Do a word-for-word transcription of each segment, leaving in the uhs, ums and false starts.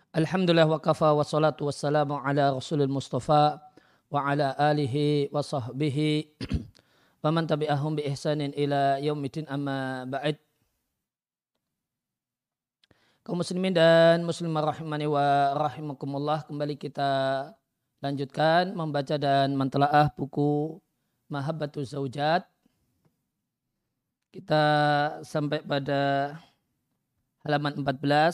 Alhamdulillah wa kafa wa salatu wassalamu ala rasulil mustafa wa ala alihi wa sahbihi wa man tabi'ahum bi ihsanin ila yaumidin amma ba'id. Kaum muslimin dan muslimah rahimani wa rahimakumullah, kembali kita lanjutkan membaca dan mentelaah buku Mahabbatus Zaujat. Kita sampai pada halaman empat belas.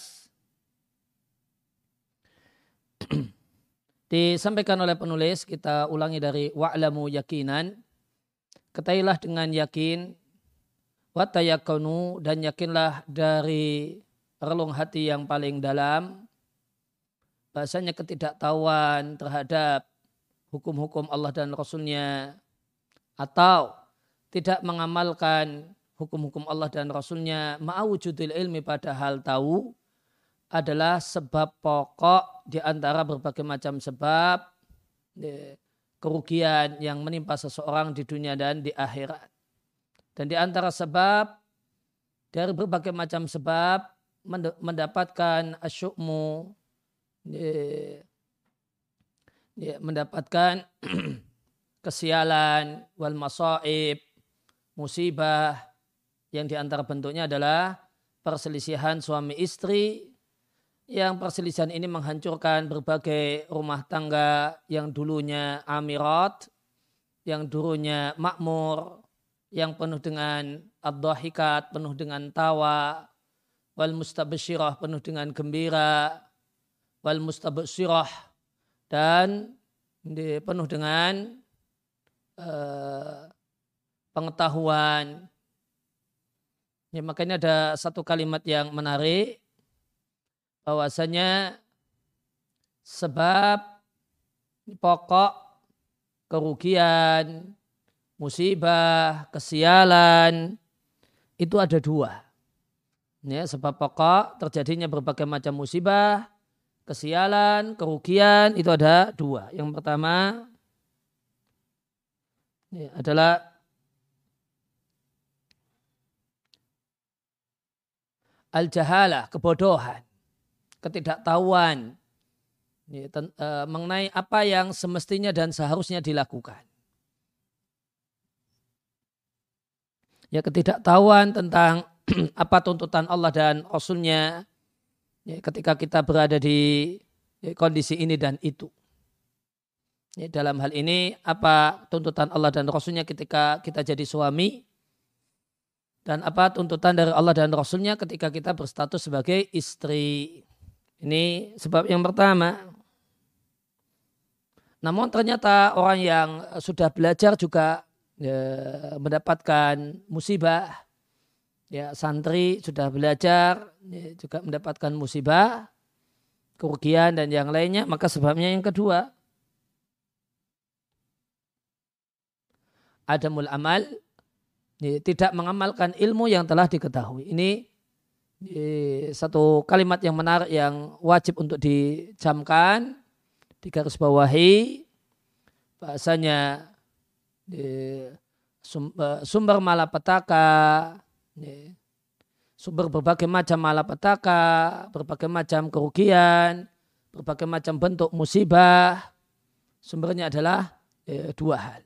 Disampaikan oleh penulis, kita ulangi dari wa'lamu yakinan, ketahuilah dengan yakin, wa tayakkanu, dan yakinlah dari relung hati yang paling dalam, bahasanya ketidaktahuan terhadap hukum-hukum Allah dan Rasulnya, atau tidak mengamalkan hukum-hukum Allah dan Rasulnya ma'awujudil ilmi, padahal tahu, adalah sebab pokok di antara berbagai macam sebab kerugian yang menimpa seseorang di dunia dan di akhirat. Dan di antara sebab, dari berbagai macam sebab, mendapatkan asyukmu, mendapatkan kesialan, wal masaib, musibah, yang di antara bentuknya adalah perselisihan suami istri, yang perselisihan ini menghancurkan berbagai rumah tangga yang dulunya amirat, yang dulunya makmur, yang penuh dengan ad-dhahikat, penuh dengan tawa, wal mustabsyirah, penuh dengan gembira, wal mustabsyirah, dan penuh dengan uh, pengetahuan. Ya, makanya ada satu kalimat yang menarik, bahwasanya sebab pokok kerugian, musibah, kesialan itu ada dua. Ya, sebab pokok terjadinya berbagai macam musibah, kesialan, kerugian itu ada dua. Yang pertama ya, adalah al-jahalah, kebodohan, ketidaktahuan ya, ten, e, mengenai apa yang semestinya dan seharusnya dilakukan. Ya, ketidaktahuan tentang apa tuntutan Allah dan Rasulnya ya, ketika kita berada di ya, kondisi ini dan itu. Ya, dalam hal ini apa tuntutan Allah dan Rasulnya ketika kita jadi suami, dan apa tuntutan dari Allah dan Rasulnya ketika kita berstatus sebagai istri. Ini sebab yang pertama. Namun ternyata orang yang sudah belajar juga ya, mendapatkan musibah. Ya, santri sudah belajar ya, juga mendapatkan musibah, kerugian dan yang lainnya. Maka sebabnya yang kedua, adamul amal, ya, tidak mengamalkan ilmu yang telah diketahui. Ini satu kalimat yang menarik yang wajib untuk dijamkan, digarisbawahi, bahasanya sumber malapetaka, sumber berbagai macam malapetaka, berbagai macam kerugian, berbagai macam bentuk musibah, sumbernya adalah dua hal,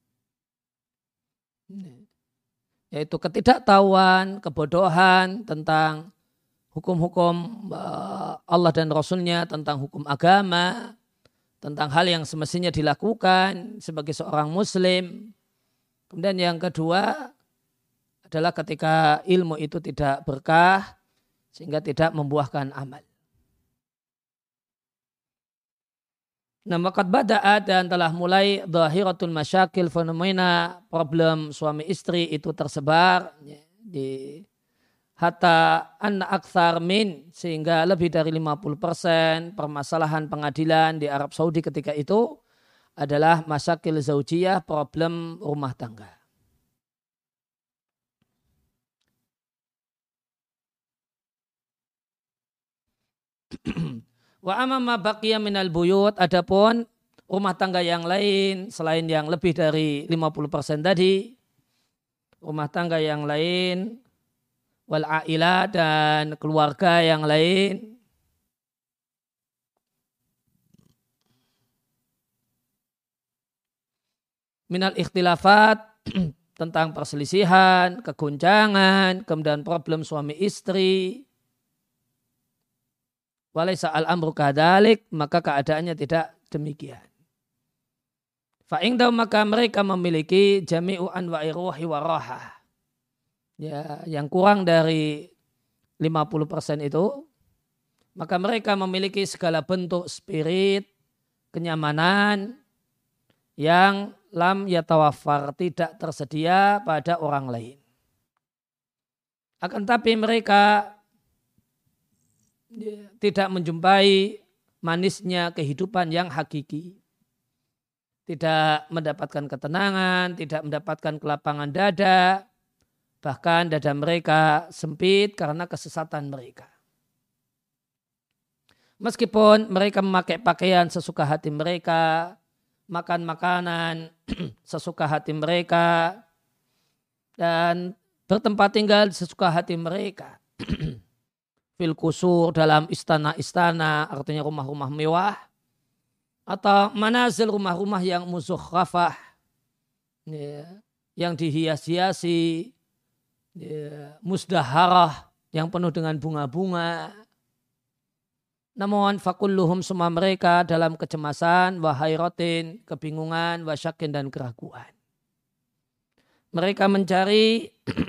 yaitu ketidaktahuan, kebodohan tentang hukum-hukum Allah dan Rasulnya, tentang hukum agama, tentang hal yang semestinya dilakukan sebagai seorang muslim. Kemudian yang kedua adalah ketika ilmu itu tidak berkah sehingga tidak membuahkan amal. Nah, maka bada'a, dan telah mulai dhahiratul masyakil, fenomena problem suami istri itu tersebar di hatta anna aktsar min, sehingga lebih dari lima puluh persen permasalahan pengadilan di Arab Saudi ketika itu adalah masyakil zaujiyah, problem rumah tangga. Wa amama baqiya minal buyut, adapun rumah tangga yang lain selain yang lebih dari lima puluh persen tadi, rumah tangga yang lain, wal ailah, dan keluarga yang lain, minal ikhtilafat tentang perselisihan, keguncangan, kemudian problem suami istri. Walaysa al-amru kadhalik, maka keadaannya tidak demikian. Fa'ingdaw maka mereka memiliki jami'u anwa'i ruhi wa rahah. Ya, yang kurang dari lima puluh persen itu, maka mereka memiliki segala bentuk spirit, kenyamanan yang lam yatawaffar, tidak tersedia pada orang lain. Akan tapi mereka tidak menjumpai manisnya kehidupan yang hakiki. Tidak mendapatkan ketenangan, tidak mendapatkan kelapangan dada, bahkan dada mereka sempit karena kesesatan mereka. Meskipun mereka memakai pakaian sesuka hati mereka, makan makanan sesuka hati mereka, dan bertempat tinggal sesuka hati mereka. Fil kusur, dalam istana-istana, artinya rumah-rumah mewah, atau manazil, rumah-rumah yang muzukhrafah, ya, yang dihias-hiasi, ya, musdaharah, yang penuh dengan bunga-bunga. Namun fakulluhum, semua mereka dalam kecemasan, wahairatin, kebingungan, wasyakin, dan keraguan. Mereka mencari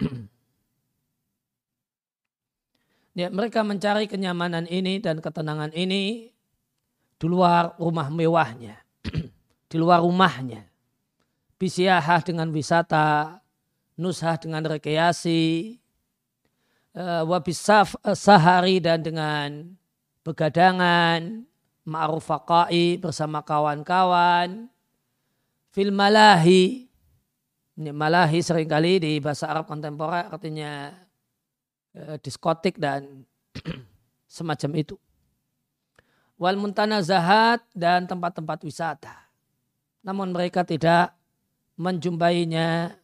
ya, mereka mencari kenyamanan ini dan ketenangan ini di luar rumah mewahnya, di luar rumahnya. Bisyahah dengan wisata, nushah dengan rekreasi, wabisaf sahari dan dengan begadangan, ma'rufaqai bersama kawan-kawan, fil malahi. Ini malahi seringkali di bahasa Arab kontemporer artinya eh, diskotik dan semacam itu. Wal muntanazahat, dan tempat-tempat wisata. Namun mereka tidak menjumpainya.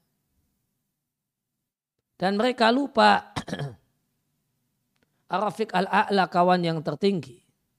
Dan mereka lupa Ar-Rafiq al-A'la, kawan yang tertinggi.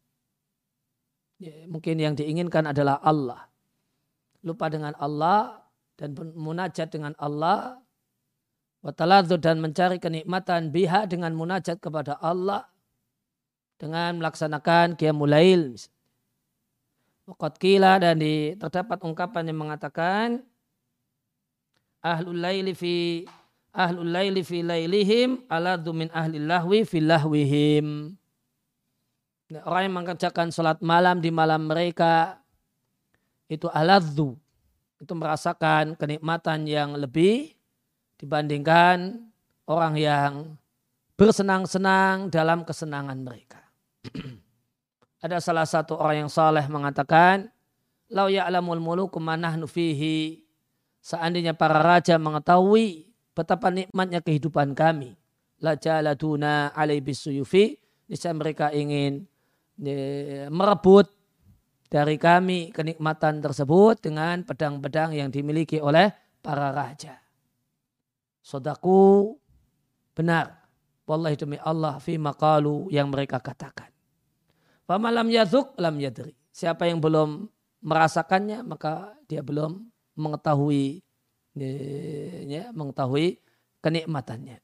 Ya, mungkin yang diinginkan adalah Allah. Lupa dengan Allah dan munajat dengan Allah. Wataladzu, dan mencari kenikmatan biha, dengan munajat kepada Allah. Dengan melaksanakan qiyamul lail. Waqad qila, dan di, terdapat ungkapan yang mengatakan ahlul laili fi Ahlul laili fi lailihim aladzu min ahlil lahwi fi lahwihim. Orang yang mengerjakan salat malam di malam mereka itu aladzu, itu merasakan kenikmatan yang lebih dibandingkan orang yang bersenang-senang dalam kesenangan mereka. Ada salah satu orang yang saleh mengatakan, "Lau ya'lamul muluku ma nahnu fihi." Seandainya para raja mengetahui betapa nikmatnya kehidupan kami, la jaladuna alai bisuyufi, niscaya mereka ingin e, merebut dari kami kenikmatan tersebut dengan pedang-pedang yang dimiliki oleh para raja. Sodaku, benar, wallahi demi Allah, fi maqalu, yang mereka katakan. Fama lam yadhuk lam yadri. Siapa yang belum merasakannya, maka dia belum mengetahui ya, mengetahui kenikmatannya.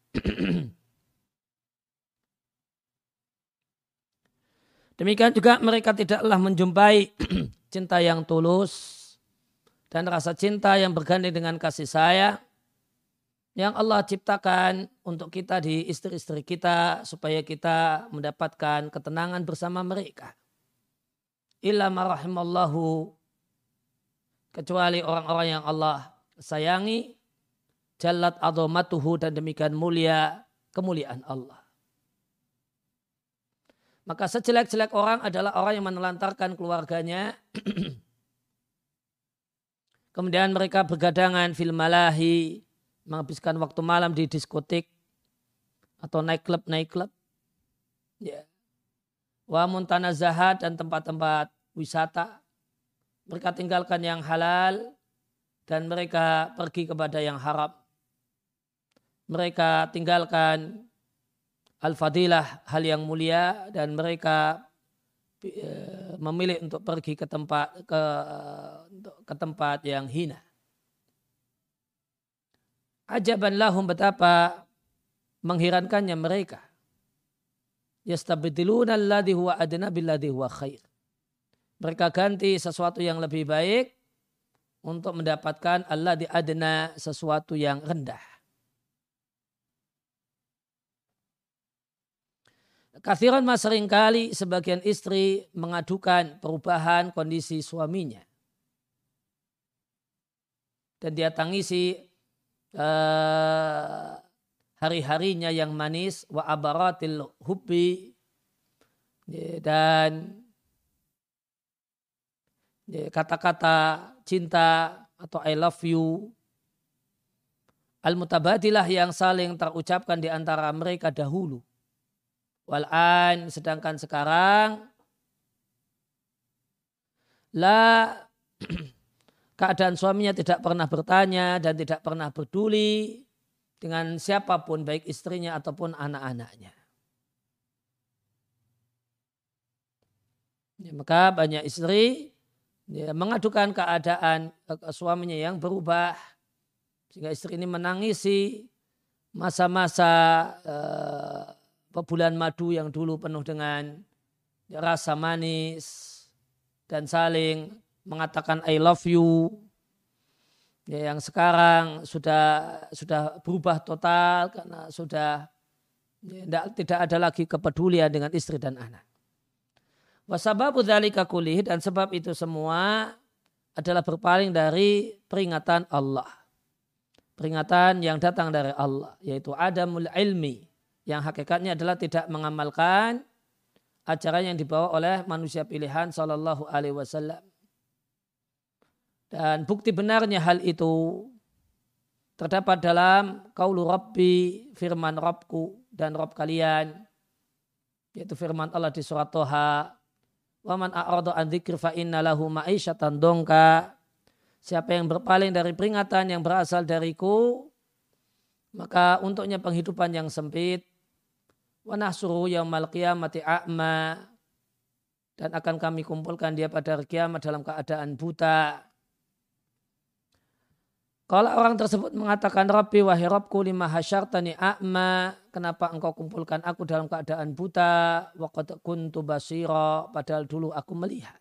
Demikian juga mereka tidaklah menjumpai cinta yang tulus dan rasa cinta yang bergandeng dengan kasih sayang yang Allah ciptakan untuk kita di istri-istri kita supaya kita mendapatkan ketenangan bersama mereka. Illa ma rahimallahu, kecuali orang-orang yang Allah sayangi, jallat adhamatuhu, dan demikian mulia kemuliaan Allah. Maka sejelek-jelek orang adalah orang yang menelantarkan keluarganya, kemudian mereka bergadangan fil malahi, menghabiskan waktu malam di diskotik atau naik klub naik klub, ya. Wa muntanazahat, dan tempat-tempat wisata. Mereka tinggalkan yang halal dan mereka pergi kepada yang haram. Mereka tinggalkan al-fadilah, hal yang mulia, dan mereka memilih untuk pergi ke tempat ke, ke tempat yang hina. Ajaban lahum, betapa mengherankannya mereka. Yastabdiluna alladhi huwa adna billadhi huwa khair. Mereka ganti sesuatu yang lebih baik untuk mendapatkan alladhi adna, sesuatu yang rendah. Kathiran mas seringkali sebagian istri mengadukan perubahan kondisi suaminya. Dan dia tangisi uh, hari-harinya yang manis, wa abaratil hubbi, dan kata-kata cinta atau I love you, al-mutabadilah yang saling terucapkan di antara mereka dahulu. Wal'an, sedangkan sekarang la keadaan suaminya tidak pernah bertanya dan tidak pernah peduli dengan siapapun, baik istrinya ataupun anak-anaknya. Ya, maka banyak istri ya, mengadukan keadaan uh, suaminya yang berubah, sehingga istri ini menangisi masa-masa uh, bulan madu yang dulu penuh dengan rasa manis dan saling mengatakan I love you, ya, yang sekarang sudah sudah berubah total karena sudah ya, tidak ada lagi kepedulian dengan istri dan anak. Wasababu dzalika kulih, dan sebab itu semua adalah berpaling dari peringatan Allah. Peringatan yang datang dari Allah, yaitu adamul ilmi, yang hakikatnya adalah tidak mengamalkan ajaran yang dibawa oleh manusia pilihan sallallahu alaihi wasallam. Dan bukti benarnya hal itu terdapat dalam qaulu Rabbi, firman Rabbku dan Rabb kalian, yaitu firman Allah di surat Toha, wa man a'rada an dzikri fa inna lahu ma'isyatan dongka. Siapa yang berpaling dari peringatan yang berasal dariku, maka untuknya penghidupan yang sempit. Wa nahsuru yaumal qiyamati a'ma, dan akan kami kumpulkan dia pada hari kiamat dalam keadaan buta. Kalau orang tersebut mengatakan, Rabbi wahai Rabbku, lima hasyartani a'ma, kenapa engkau kumpulkan aku dalam keadaan buta, wa qad kuntu basira, padahal dulu aku melihat.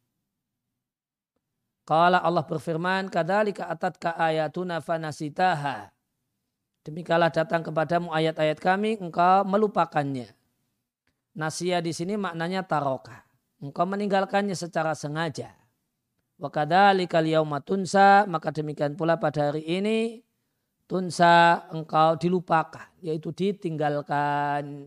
Qala, Allah berfirman, kadzalika atatka ayatuna fanasitaha. Demikianlah datang kepadamu ayat-ayat kami, engkau melupakannya. Nasya di sini maknanya taroka. Engkau meninggalkannya secara sengaja. Wa kadzalikal yauma tunsa, maka demikian pula pada hari ini tunsa, engkau dilupakan, yaitu ditinggalkan.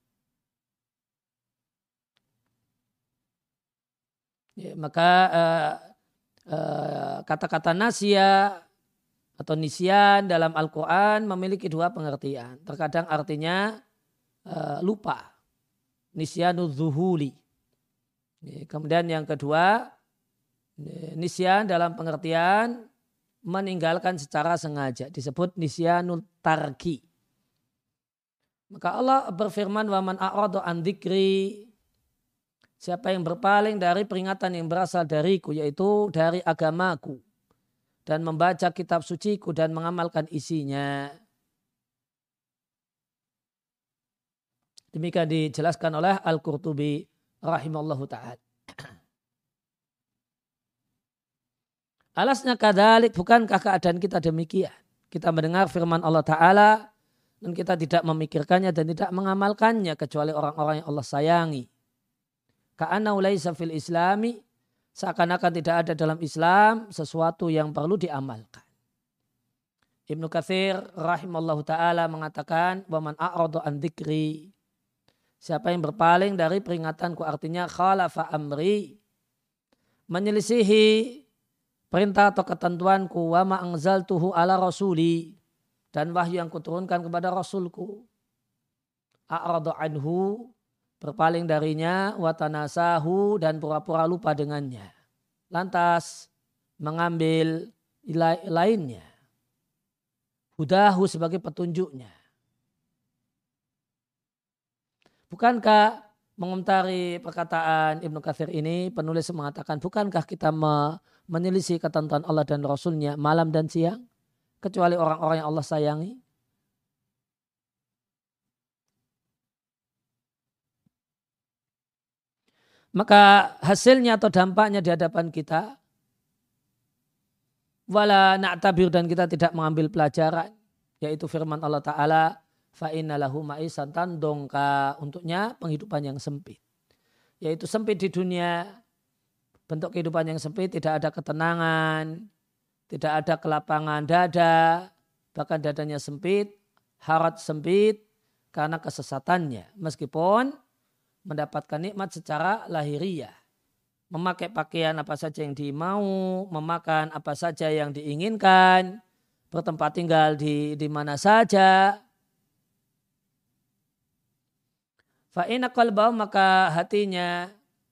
Ya, maka uh, uh, kata-kata nasya atau nisyan dalam Al-Quran memiliki dua pengertian. Terkadang artinya uh, lupa, nisyanu zuhuli. Kemudian yang kedua, nisyan dalam pengertian meninggalkan secara sengaja, disebut nisyanul tarki. Maka Allah berfirman, wa man a'rada an dzikri, siapa yang berpaling dari peringatan yang berasal dariku, yaitu dari agamaku, dan membaca kitab suciku dan mengamalkan isinya. Demikian dijelaskan oleh Al-Qurtubi rahimallahu ta'ala. Alasnya kadzalik, bukankah keadaan kita demikian? Kita mendengar firman Allah Ta'ala dan kita tidak memikirkannya dan tidak mengamalkannya kecuali orang-orang yang Allah sayangi. Ka'annahu laisa fil islami, seakan-akan tidak ada dalam Islam sesuatu yang perlu diamalkan. Ibnu Katsir rahimallahu ta'ala mengatakan, wa man a'rada an dzikri, siapa yang berpaling dari peringatanku, artinya khalafa amri, menyelisihi perintah atau ketentuanku, wa ma anzaltuhu ala rasuli, dan wahyu yang kuturunkan kepada rasulku, a'rada anhu, berpaling darinya, watanasahu, dan pura-pura lupa dengannya. Lantas mengambil lainnya, hudahu sebagai petunjuknya. Bukankah mengomentari perkataan Ibnu Katsir ini, penulis mengatakan, bukankah kita me- menyelisih ketentuan Allah dan Rasulnya malam dan siang? kecuali orang-orang yang Allah sayangi. Maka hasilnya atau dampaknya di hadapan kita, wala na'tabir, dan kita tidak mengambil pelajaran, yaitu firman Allah Ta'ala, fa inna lahu ma'isan tandongka, untuknya penghidupan yang sempit. Yaitu sempit di dunia, bentuk kehidupan yang sempit, tidak ada ketenangan, tidak ada kelapangan dada, bahkan dadanya sempit, harat sempit karena kesesatannya. Meskipun mendapatkan nikmat secara lahiriah. Memakai pakaian apa saja yang dimau, memakan apa saja yang diinginkan, bertempat tinggal di, di mana saja. Fa'ina qalbahu, maka hatinya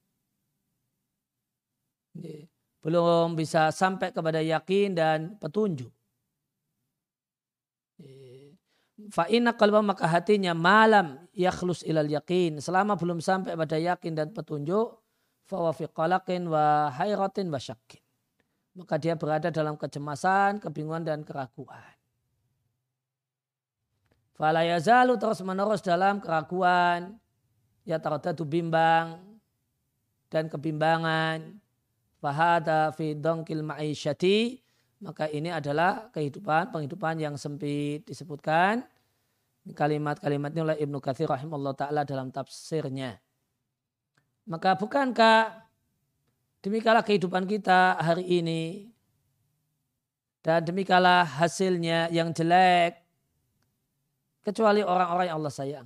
belum bisa sampai kepada yakin dan petunjuk. Fa'ina qalbahu, maka hatinya malam yakhlus ilal yakin, selama belum sampai pada yakin dan petunjuk, fawa fi qalaqin wa hayratin wa syakkin, maka dia berada dalam kecemasan, kebingungan dan keraguan. Fala yazalu, terus menerus dalam keraguan, ya taradadu, bimbang dan kebimbangan. Fahada fi dongkil ma'isyati, maka ini adalah kehidupan, penghidupan yang sempit. Disebutkan kalimat-kalimat ini oleh Ibnu Katsir rahimahullah ta'ala dalam tafsirnya. Maka bukankah demikianlah kehidupan kita hari ini, dan demikianlah hasilnya yang jelek, kecuali orang-orang yang Allah sayang.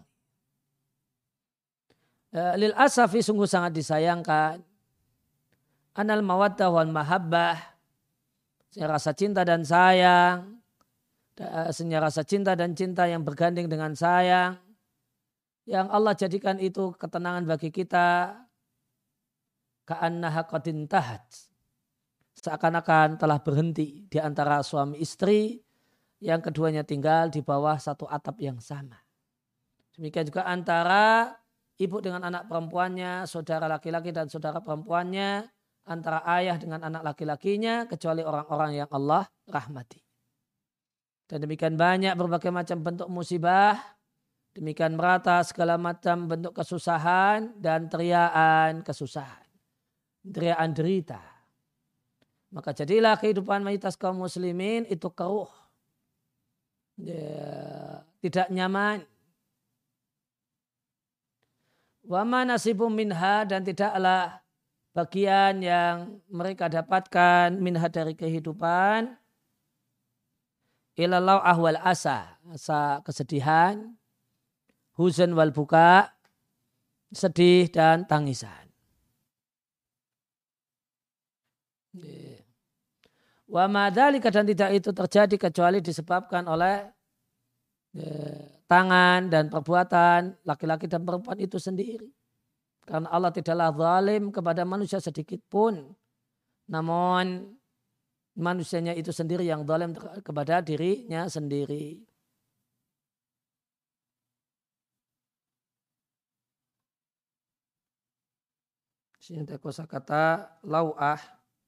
Lil asafi, sungguh sangat disayangkan, anal mawaddah wal mahabbah, rasa cinta dan sayang, rasa cinta dan cinta yang bergandeng dengan sayang, yang Allah jadikan itu ketenangan bagi kita, ka'annaha qad intahat, seakan-akan telah berhenti di antara suami istri yang keduanya tinggal di bawah satu atap yang sama. Demikian juga antara ibu dengan anak perempuannya, saudara laki-laki dan saudara perempuannya, antara ayah dengan anak laki-lakinya, kecuali orang-orang yang Allah rahmati. Dan demikian banyak berbagai macam bentuk musibah, demikian merata segala macam bentuk kesusahan dan teriaan kesusahan, teriaan derita. Maka jadilah kehidupan mayoritas kaum muslimin itu keruh, ya, tidak nyaman. Wa ma nasibum minha, dan tidaklah bagian yang mereka dapatkan minha dari kehidupan, ilalau ahwal asa, asa kesedihan, huzan wal buka, sedih dan tangisan. Wa ma dzalika, dan tidak itu terjadi kecuali disebabkan oleh tangan dan perbuatan laki-laki dan perempuan itu sendiri. Karena Allah tidaklah zalim kepada manusia sedikit pun. Namun manusianya itu sendiri yang zalim kepada dirinya sendiri. Sini ada kosakata lau'ah.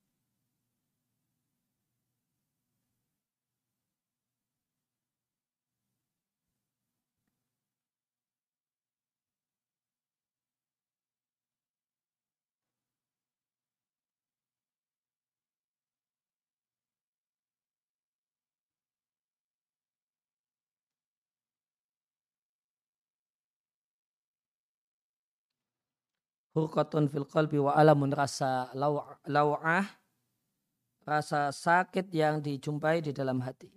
Hurqatun fil qalbi wa alamun, rasa lau'ah, rasa sakit yang dijumpai di dalam hati.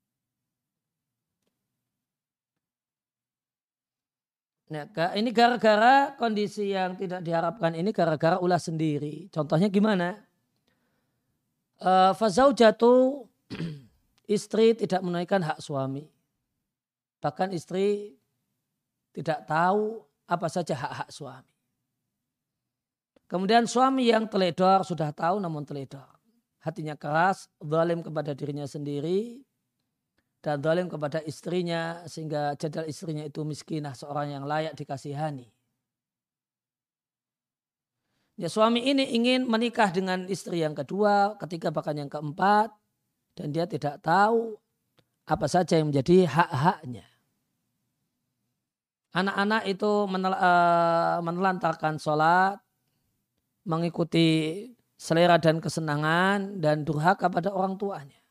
Nah, ini gara-gara kondisi yang tidak diharapkan ini, gara-gara ulah sendiri. Contohnya gimana? Uh, Fazaujatu, istri tidak menunaikan hak suami. Bahkan istri tidak tahu apa saja hak-hak suami. Kemudian suami yang teledor, sudah tahu namun teledor. Hatinya keras, zalim kepada dirinya sendiri, dan zalim kepada istrinya, sehingga jadal istrinya itu miskinah, seorang yang layak dikasihani. Ya, suami ini ingin menikah dengan istri yang kedua, ketiga, bahkan yang keempat, dan dia tidak tahu apa saja yang menjadi hak-haknya. Anak-anak itu menel, uh, menelantarkan sholat, mengikuti selera dan kesenangan, dan durhaka pada orang tuanya.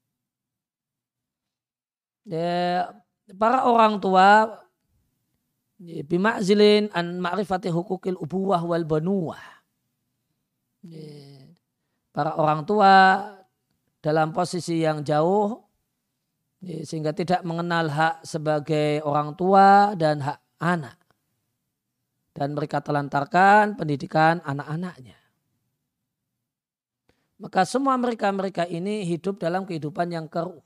Ya, para orang tua bima'zilin an ma'rifati hukukil ubuwah wal banuwah. Ya, para orang tua dalam posisi yang jauh, sehingga tidak mengenal hak sebagai orang tua dan hak anak. Dan mereka telantarkan pendidikan anak-anaknya. Maka semua mereka-mereka ini hidup dalam kehidupan yang keruh.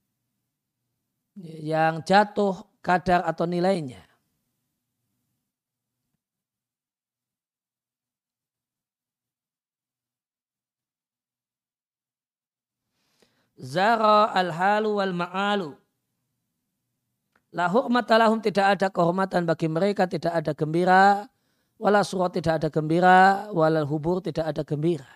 Yang jatuh kadar atau nilainya. Zara al-halu wal ma'alu. La hurmata lahum, tidak ada kehormatan bagi mereka, tidak ada gembira. Wala surat, tidak ada gembira. Walal hubur, tidak ada gembira.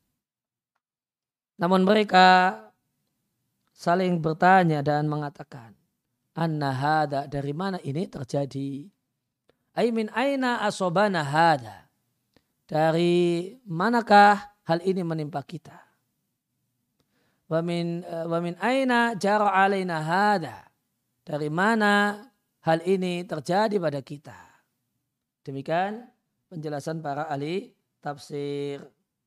Namun mereka saling bertanya dan mengatakan, anna hada, dari mana ini terjadi? Ay min aina asobana hada, dari manakah hal ini menimpa kita? Wa min wa min aina jara alaina hada, dari mana hal ini terjadi pada kita? Demikian penjelasan para ahli tafsir.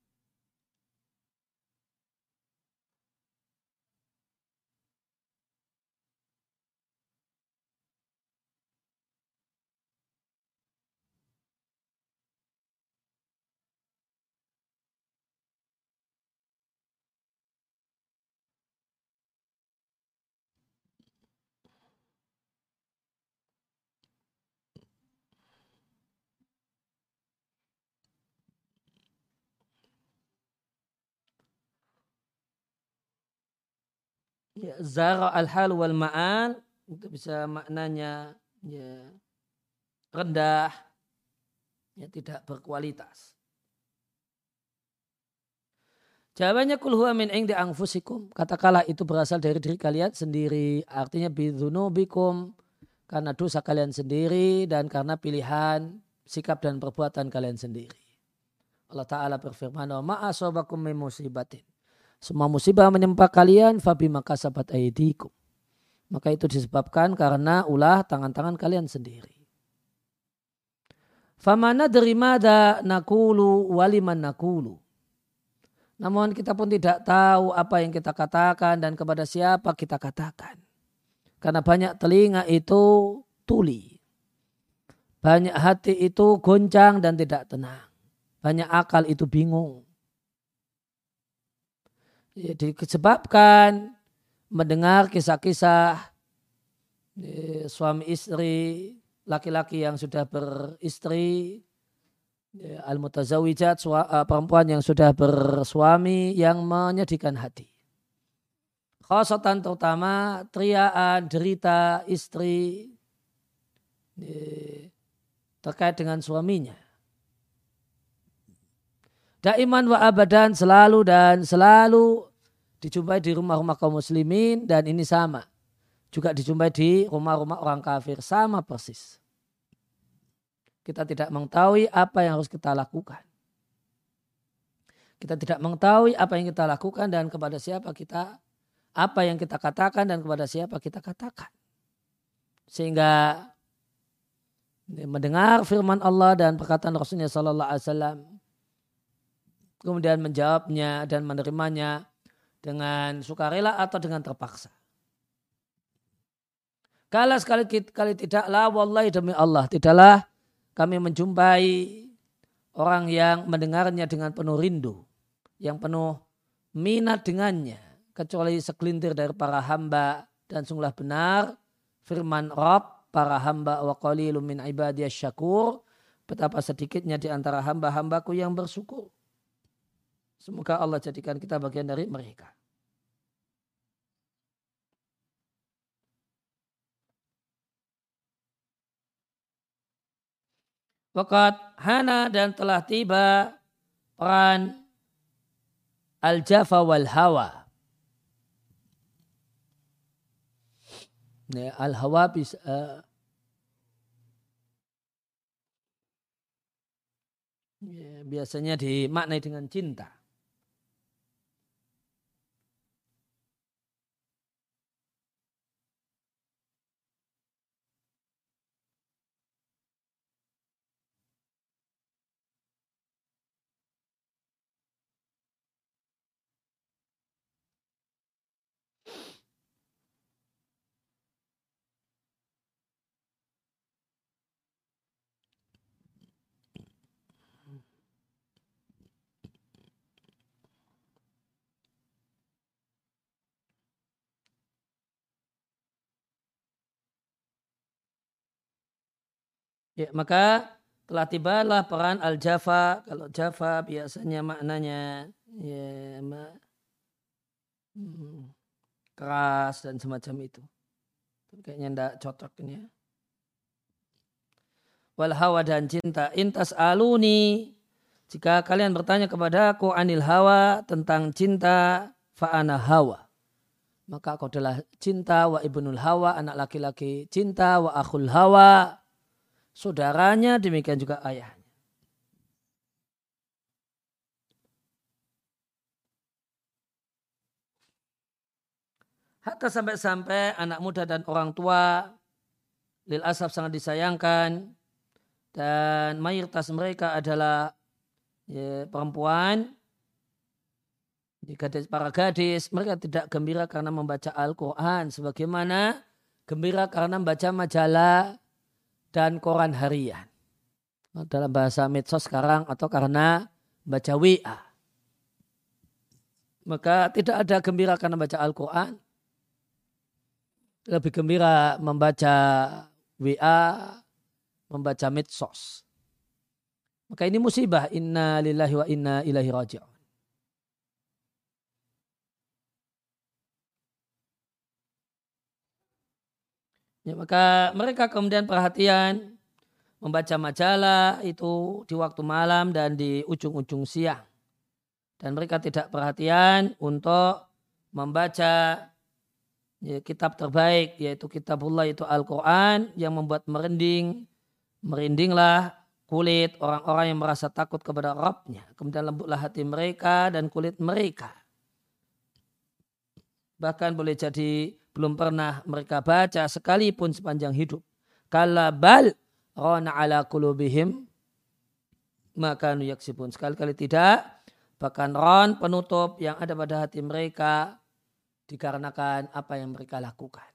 Ya, zara al-hal wal ma'al itu bisa maknanya ya, rendah, ya, tidak berkualitas. Jawabannya kul huwa min indi anfusikum, katakanlah itu berasal dari diri kalian sendiri, artinya bidzunubikum, karena dosa kalian sendiri dan karena pilihan sikap dan perbuatan kalian sendiri. Allah Ta'ala berfirman, wa ma'asobakum min musibatin, semua musibah menimpa kalian fabima kasabat aydikum, maka itu disebabkan karena ulah tangan-tangan kalian sendiri. Famana dari mada nakulu waliman nakulu, namun kita pun tidak tahu apa yang kita katakan dan kepada siapa kita katakan. Karena banyak telinga itu tuli, banyak hati itu goncang dan tidak tenang, banyak akal itu bingung. Ya, disebabkan mendengar kisah-kisah ya, suami istri, laki-laki yang sudah beristri, ya, al-mutazawijat, perempuan yang sudah bersuami yang menyedihkan hati. Khasatan terutama teriaan, derita istri ya, terkait dengan suaminya. Daiman wa abadan, selalu dan selalu dijumpai di rumah-rumah kaum muslimin, dan ini sama. Juga dijumpai di rumah-rumah orang kafir, sama persis. Kita tidak mengetahui apa yang harus kita lakukan. Kita tidak mengetahui apa yang kita lakukan dan kepada siapa kita, apa yang kita katakan dan kepada siapa kita katakan. Sehingga mendengar firman Allah dan perkataan Rasulullah sallallahu alaihi wasallam, kemudian menjawabnya dan menerimanya dengan sukarela atau dengan terpaksa. Kala sekali kali tidak, la wallahi demi Allah, tidaklah kami menjumpai orang yang mendengarnya dengan penuh rindu, yang penuh minat dengannya, kecuali segelintir dari para hamba, dan sungguhlah benar firman Rabb para hamba, wa qalilum min ibadiyasy syakur, betapa sedikitnya di antara hamba-hambaku yang bersyukur. Semoga Allah jadikan kita bagian dari mereka. Waqad hana, dan telah tiba peran al-jafa wal hawa. Ya, al-hawa bisa uh, ya, biasanya dimaknai dengan cinta. Ya, maka telah tibalah peran al-jafa. Kalau jafa biasanya maknanya ya, ma, hmm, keras dan semacam itu. Kayaknya tidak cocok ini ya. Wal hawa dan cinta. Intas aluni. Jika kalian bertanya kepada aku anil hawa tentang cinta, fa'ana hawa. Maka aku adalah cinta wa ibnul hawa, anak laki-laki cinta, wa akhul hawa, saudaranya, demikian juga ayahnya. Hatta sampai-sampai anak muda dan orang tua lil asaf sangat disayangkan dan mayoritas mereka adalah ya, perempuan. Gadis, para gadis mereka tidak gembira karena membaca Al-Quran sebagaimana gembira karena membaca majalah dan koran harian dalam bahasa medsos sekarang atau karena baca W A. Maka tidak ada gembira karena baca Al-Quran, lebih gembira membaca W A, membaca medsos. Maka ini musibah. Inna lillahi wa inna ilaihi raji'un. Ya, maka mereka kemudian perhatian membaca majalah itu di waktu malam dan di ujung-ujung siang. Dan mereka tidak perhatian untuk membaca ya, kitab terbaik yaitu kitabullah, yaitu Al-Quran yang membuat merinding. Merindinglah kulit orang-orang yang merasa takut kepada Rabbnya. Kemudian lembutlah hati mereka dan kulit mereka. Bahkan boleh jadi belum pernah mereka baca sekalipun sepanjang hidup. Kala bal rana ala qulubihim maka nuyaksibun. Sekali-kali tidak. Bahkan ron penutup yang ada pada hati mereka dikarenakan apa yang mereka lakukan.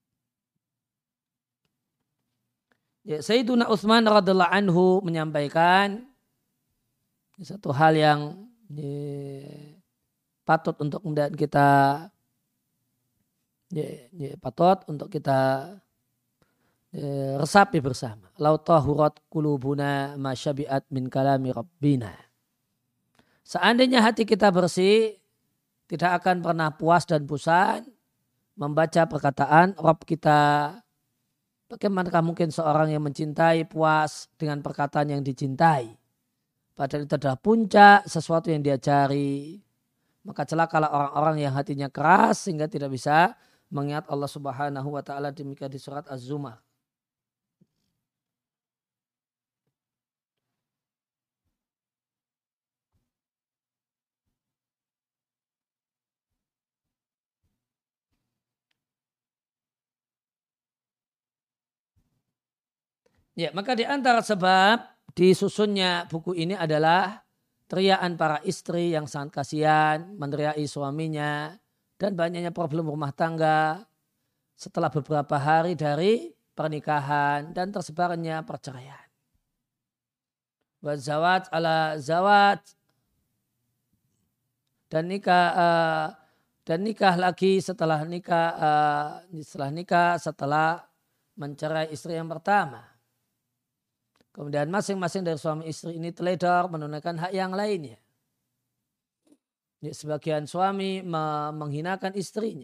Ya, Sayyiduna Utsman radhiyallahu anhu menyampaikan satu hal yang ya, patut untuk kemudian kita Ya, ya, patut untuk kita ya, resapi bersama. Lau tahurat kulubuna masyabi'at min kalami rabbina. Seandainya hati kita bersih, tidak akan pernah puas dan bosan membaca perkataan Rabb kita. Bagaimanakah mungkin seorang yang mencintai puas dengan perkataan yang dicintai? Padahal itu adalah puncak sesuatu yang dia cari. Maka celakalah orang-orang yang hatinya keras sehingga tidak bisa mengingat Allah Subhanahu wa taala, demikian di surat Az-Zumar. Ya, maka di antara sebab disusunnya buku ini adalah teriakan para istri yang sangat kasihan meneriaki suaminya dan banyaknya problem rumah tangga setelah beberapa hari dari pernikahan dan tersebarnya perceraian. Wazawat ala zawat dan nikah uh, dan nikah lagi setelah nikah uh, setelah nikah setelah mencerai istri yang pertama. Kemudian masing-masing dari suami istri ini teledor menunaikan hak yang lainnya. Ya, sebagian suami menghinakan istrinya.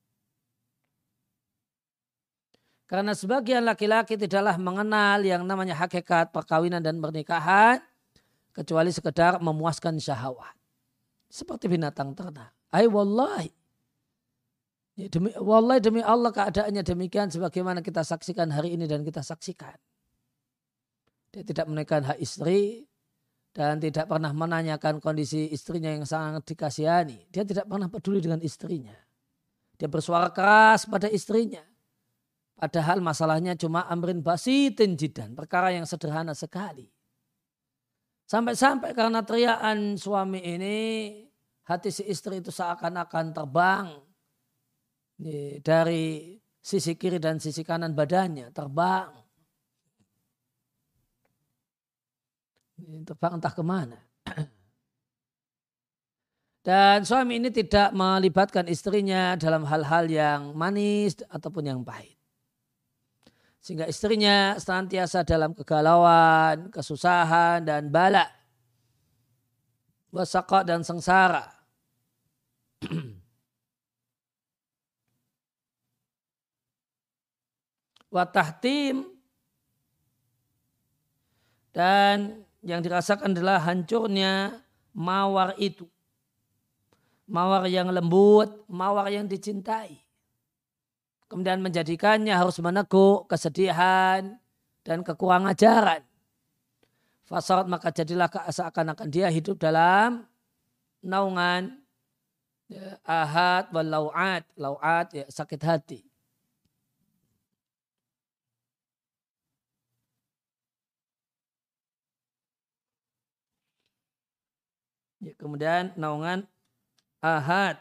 Karena sebagian laki-laki tidaklah mengenal yang namanya hakikat perkawinan dan pernikahan kecuali sekedar memuaskan syahwat. Seperti binatang ternak. Ay wallahi. Ya, demi, wallahi demi Allah keadaannya demikian sebagaimana kita saksikan hari ini dan kita saksikan. Dia tidak menaikkan hak istri dan tidak pernah menanyakan kondisi istrinya yang sangat dikasihani. Dia tidak pernah peduli dengan istrinya. Dia bersuara keras pada istrinya. Padahal masalahnya cuma amrin basitin jiddan, perkara yang sederhana sekali. Sampai-sampai karena teriakan suami ini, hati si istri itu seakan-akan terbang dari sisi kiri dan sisi kanan badannya, terbang. Terbang entah kemana. Dan suami ini tidak melibatkan istrinya dalam hal-hal yang manis ataupun yang pahit. Sehingga istrinya senantiasa dalam kegalauan, kesusahan, dan bala. Wasaqa dan sengsara. Watahtim. Dan yang dirasakan adalah hancurnya mawar itu. Mawar yang lembut, mawar yang dicintai. Kemudian menjadikannya harus meneguk kesedihan dan kekurangan ajaran. Fasarat maka jadilah seakan-akan dia hidup dalam naungan ya, ahad wal lau'at. Lau'at ya, sakit hati. Ya, kemudian naungan ahad.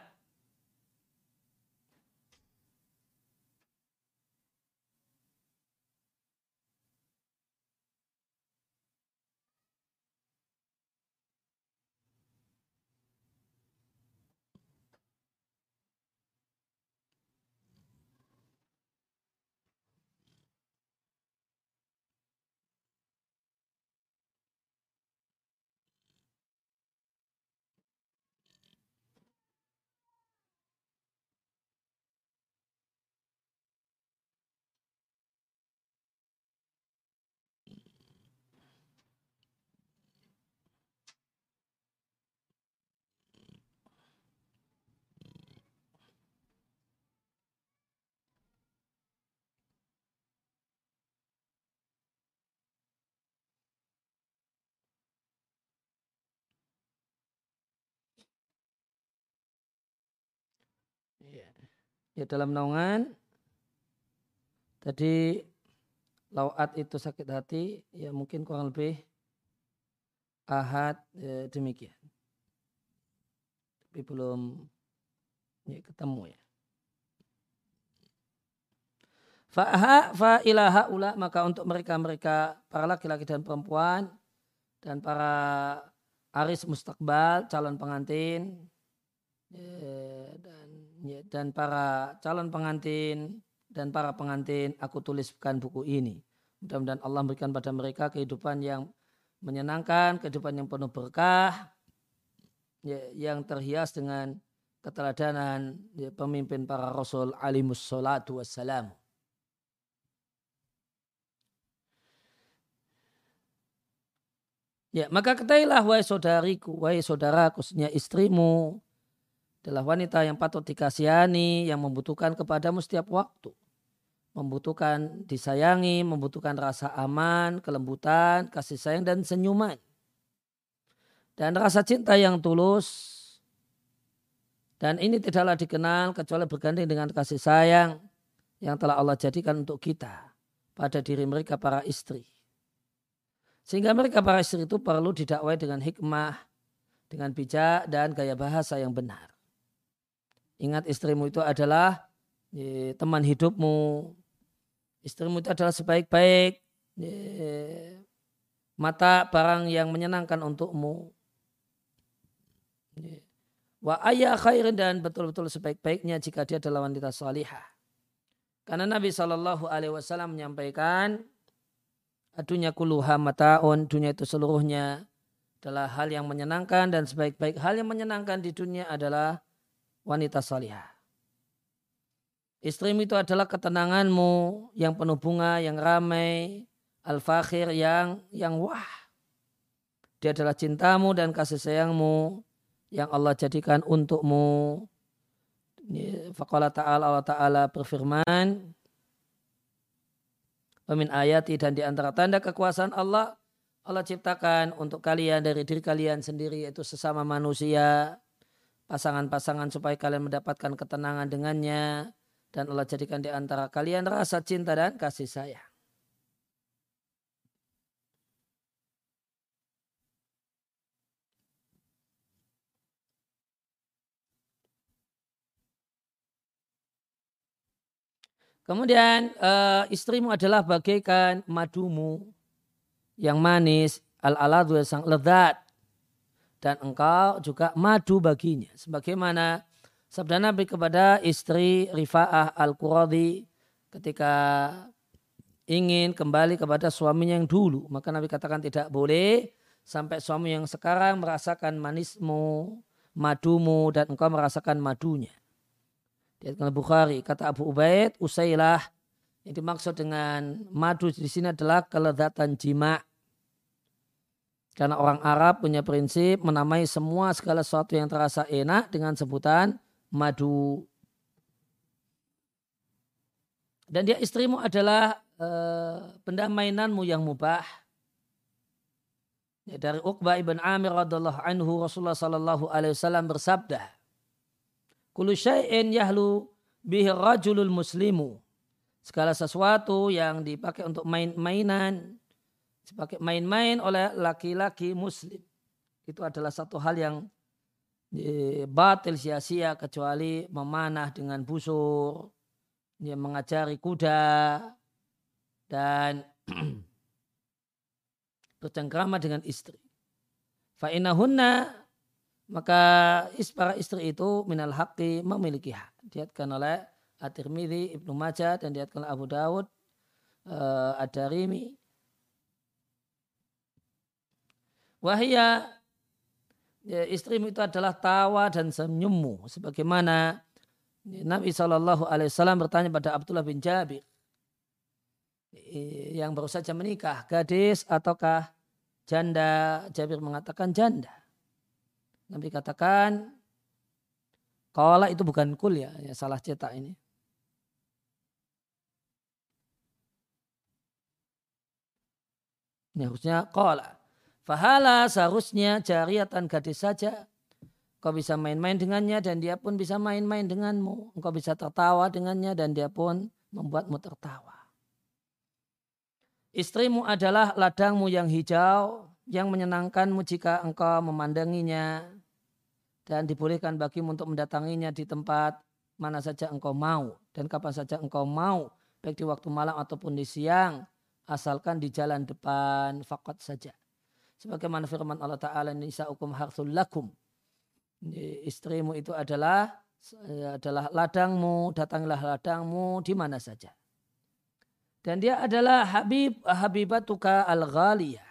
Ya, ya dalam naungan tadi lauat itu sakit hati, ya mungkin kurang lebih ahad ya, demikian. Tapi belum ya, ketemu ya. Fa'ha fa'ilaha ula maka untuk mereka-mereka para laki-laki dan perempuan dan para aris mustakbal calon pengantin ya, dan ya, dan para calon pengantin dan para pengantin aku tuliskan buku ini. Mudah-mudahan Allah berikan pada mereka kehidupan yang menyenangkan, kehidupan yang penuh berkah, ya, yang terhias dengan keteladanan ya, pemimpin para rasul alimus salatu wassalam. Ya, maka ketahuilah wahai saudariku, wahai saudara khususnya istrimu adalah wanita yang patut dikasihani, yang membutuhkan kepadamu setiap waktu. Membutuhkan disayangi, membutuhkan rasa aman, kelembutan, kasih sayang dan senyuman. Dan rasa cinta yang tulus. Dan ini tidaklah dikenal kecuali bergandeng dengan kasih sayang yang telah Allah jadikan untuk kita pada diri mereka para istri. Sehingga mereka para istri itu perlu didakwai dengan hikmah, dengan bijak dan gaya bahasa yang benar. Ingat istrimu itu adalah ya, teman hidupmu. Istrimu itu adalah sebaik-baik ya, mata barang yang menyenangkan untukmu. Ya. Wa ayya khairin dan betul-betul sebaik-baiknya jika dia adalah wanita salihah. Karena Nabi shallallahu alaihi wasallam menyampaikan dunia kuluha mataun, dunia itu seluruhnya adalah hal yang menyenangkan dan sebaik-baik hal yang menyenangkan di dunia adalah wanita salihah. Istrimu itu adalah ketenanganmu yang penuh bunga, yang ramai, al-fakhir yang yang wah. Dia adalah cintamu dan kasih sayangmu yang Allah jadikan untukmu Faqala ta'ala, Allah Ta'ala berfirman, wa min ayati, dan di antara tanda kekuasaan Allah, Allah ciptakan untuk kalian dari diri kalian sendiri, yaitu sesama manusia, pasangan-pasangan supaya kalian mendapatkan ketenangan dengannya, dan Allah jadikan di antara kalian rasa cinta dan kasih sayang. Kemudian uh, istrimu adalah bagaikan madumu yang manis, al-aladu yang sang lezat, dan engkau juga madu baginya. Sebagaimana sabda Nabi kepada istri Rifa'ah al-Quradi ketika ingin kembali kepada suaminya yang dulu. Maka Nabi katakan tidak boleh sampai suami yang sekarang merasakan manismu, madumu, dan engkau merasakan madunya. Dikatakan Bukhari, kata Abu Ubaid, Usailah, yang dimaksud dengan madu di sini adalah kelezatan jima'. Karena orang Arab punya prinsip menamai semua segala sesuatu yang terasa enak dengan sebutan madu. Dan dia istrimu adalah e, benda mainanmu yang mubah. Ya, dari Uqbah ibn Amir radhiallahu anhu, Rasulullah sallallahu alaihi wasallam bersabda, kullu syai'in yahlu bihi rajulul muslimu. Segala sesuatu yang dipakai untuk main-mainan, dipakai main-main oleh laki-laki muslim, itu adalah satu hal yang batil, sia-sia, kecuali memanah dengan busur, yang mengajari kuda, dan bercengkrama dengan istri. Fa innahunna, maka para istri itu minal haqqi, memiliki hak. Diriwayatkan oleh At-Tirmidzi, Ibnu Majah, dan diriwayatkan oleh Abu Dawud, uh, Ad-Darimi. Wahia, ya, istrimu itu adalah tawa dan senyummu. Sebagaimana Nabi shallallahu alaihi wasallam bertanya pada Abdullah bin Jabir yang baru saja menikah, gadis ataukah janda? Jabir mengatakan janda. Nabi katakan, qala itu bukan kul ya, ya salah cetak ini. Ini harusnya qala. Fahala, seharusnya jariyatan, gadis saja. Kau bisa main-main dengannya dan dia pun bisa main-main denganmu. Engkau bisa tertawa dengannya dan dia pun membuatmu tertawa. Istrimu adalah ladangmu yang hijau, yang menyenangkanmu jika engkau memandanginya, dan dibolehkan bagimu untuk mendatanginya di tempat mana saja engkau mau dan kapan saja engkau mau, baik di waktu malam ataupun di siang, asalkan di jalan depan faqat saja. Sebagaimana firman Allah Ta'ala, nisa'ukum harthul lakum, istrimu itu adalah adalah ladangmu, datanglah ladangmu di mana saja. Dan dia adalah habib habibatuka al-ghaliyah.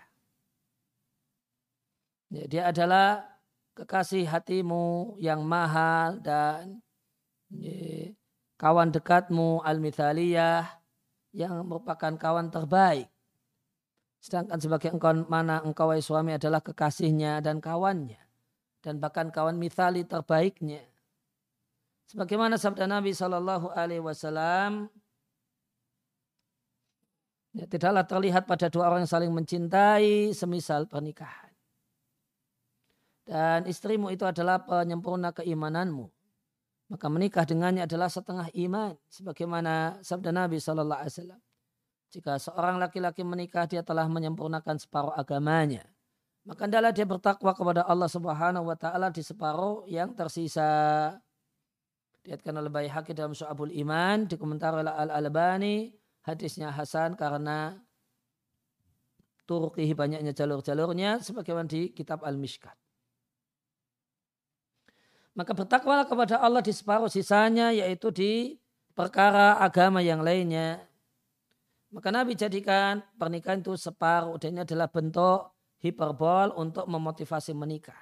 Dia adalah kekasih hatimu yang mahal dan kawan dekatmu al-mithaliyah, yang merupakan kawan terbaik. Sedangkan sebagai engkau, mana engkau wahai suami adalah kekasihnya dan kawannya, dan bahkan kawan mithali terbaiknya. Sebagaimana sabda Nabi shallallahu alaihi wasallam, ya, tidaklah terlihat pada dua orang yang saling mencintai semisal pernikahan. Dan istrimu itu adalah penyempurna keimananmu, maka menikah dengannya adalah setengah iman. Sebagaimana sabda Nabi shallallahu alaihi wasallam, jika seorang laki-laki menikah, dia telah menyempurnakan separuh agamanya. Maka hendaklah dia bertakwa kepada Allah Subhanahu wa taala di separuh yang tersisa. Diriwayatkan oleh Baihaqi dalam Syu'abul Iman, dikomentari oleh Al-Albani, hadisnya hasan karena turuqihi, banyaknya jalur-jalurnya, sebagaimana di kitab Al-Mishkat. Maka bertakwalah kepada Allah di separuh sisanya, yaitu di perkara agama yang lainnya. Maka Nabi jadikan pernikahan itu separuh, dan ini adalah bentuk hiperbol untuk memotivasi menikah.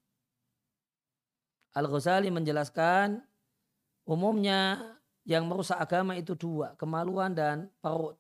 Al-Ghazali menjelaskan, umumnya yang merusak agama itu dua, kemaluan dan perut.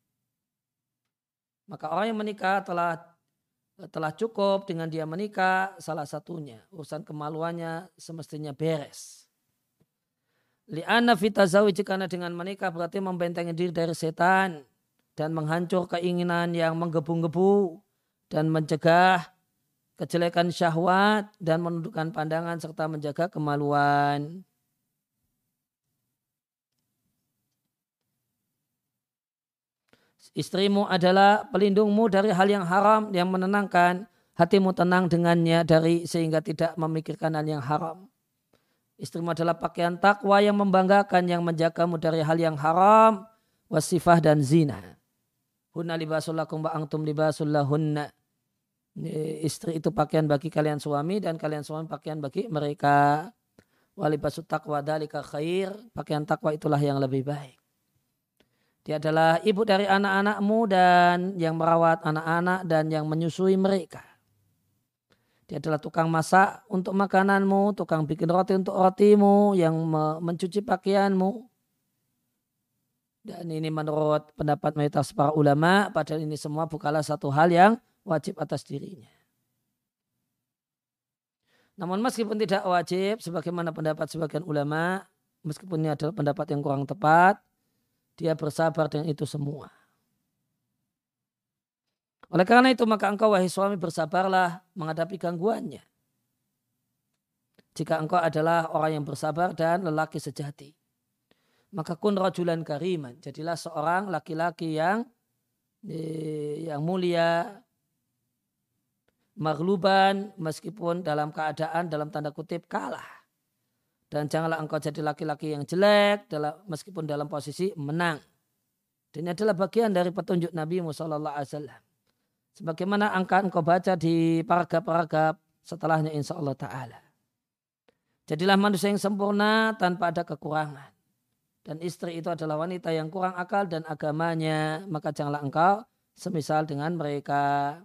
Maka orang yang menikah telah telah cukup dengan dia menikah, salah satunya urusan kemaluannya semestinya beres. Li'anna fitazawij karena dengan menikah berarti membentengi diri dari setan dan menghancur keinginan yang menggebu-gebu dan mencegah kejelekan syahwat dan menundukkan pandangan serta menjaga kemaluan. Istrimu adalah pelindungmu dari hal yang haram yang menenangkan hatimu tenang dengannya dari sehingga tidak memikirkan hal yang haram. Istrimu adalah pakaian takwa yang membanggakan yang menjagamu dari hal yang haram, wasifah dan zina. Hunna libasul lakum wa antum libasul lahunna. Istri itu pakaian bagi kalian suami dan kalian suami pakaian bagi mereka. Walibasut taqwa dzalika khair. Pakaian takwa itulah yang lebih baik. Dia adalah ibu dari anak-anakmu dan yang merawat anak-anak dan yang menyusui mereka. Dia adalah tukang masak untuk makananmu, tukang bikin roti untuk rotimu, yang mencuci pakaianmu. Dan ini menurut pendapat mayoritas para ulama, padahal ini semua bukanlah satu hal yang wajib atas dirinya. Namun meskipun tidak wajib, sebagaimana pendapat sebagian ulama, meskipun ini adalah pendapat yang kurang tepat, dia bersabar dengan itu semua. Oleh karena itu maka engkau wahai suami bersabarlah menghadapi gangguannya. Jika engkau adalah orang yang bersabar dan lelaki sejati. Maka kun rajulan kariman. Jadilah seorang laki-laki yang yang mulia, maghluban meskipun dalam keadaan dalam tanda kutip kalah. Dan janganlah engkau jadi laki-laki yang jelek dalam, meskipun dalam posisi menang. Dan ini adalah bagian dari petunjuk Nabi Muhammad shallallahu alaihi wasallam. Sebagaimana akan engkau baca di paragraf-paragraf setelahnya insya Allah ta'ala. Jadilah manusia yang sempurna tanpa ada kekurangan. Dan istri itu adalah wanita yang kurang akal dan agamanya. Maka janganlah engkau semisal dengan mereka.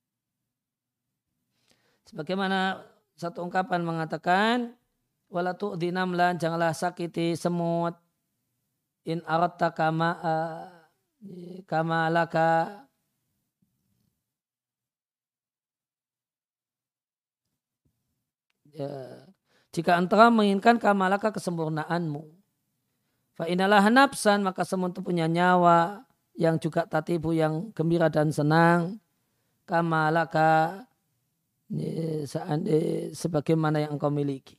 Sebagaimana satu ungkapan mengatakan, wala tu'dhi namlan, janganlah sakiti semut. In aratta kama uh, kama laka. Ya, jika engkau menginginkan kamalaka kesempurnaanmu. Fa inalah nafsan, maka semut itu punya nyawa yang juga tatibu, yang gembira dan senang. Kamalaka sebagaimana yang engkau miliki.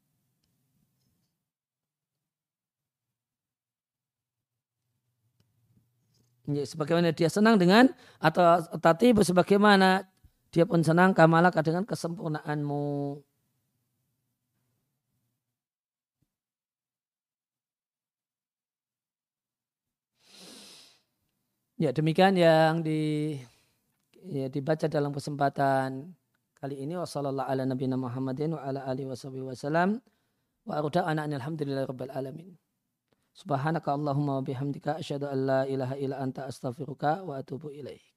Sebagaimana dia senang dengan, atau tatibu sebagaimana dia pun senang kamalaka dengan kesempurnaanmu. Ya, demikian yang di, ya, dibaca dalam kesempatan kali ini. Wassallallahu ala nabiyina Muhammadin wa ala alihi washabihi wasallam. Wa arda'ana alhamdulillahi rabbil alamin. Subhanaka Allahumma wa bihamdika asyhadu an la ilaha illa anta astaghfiruka wa atubu ilaik.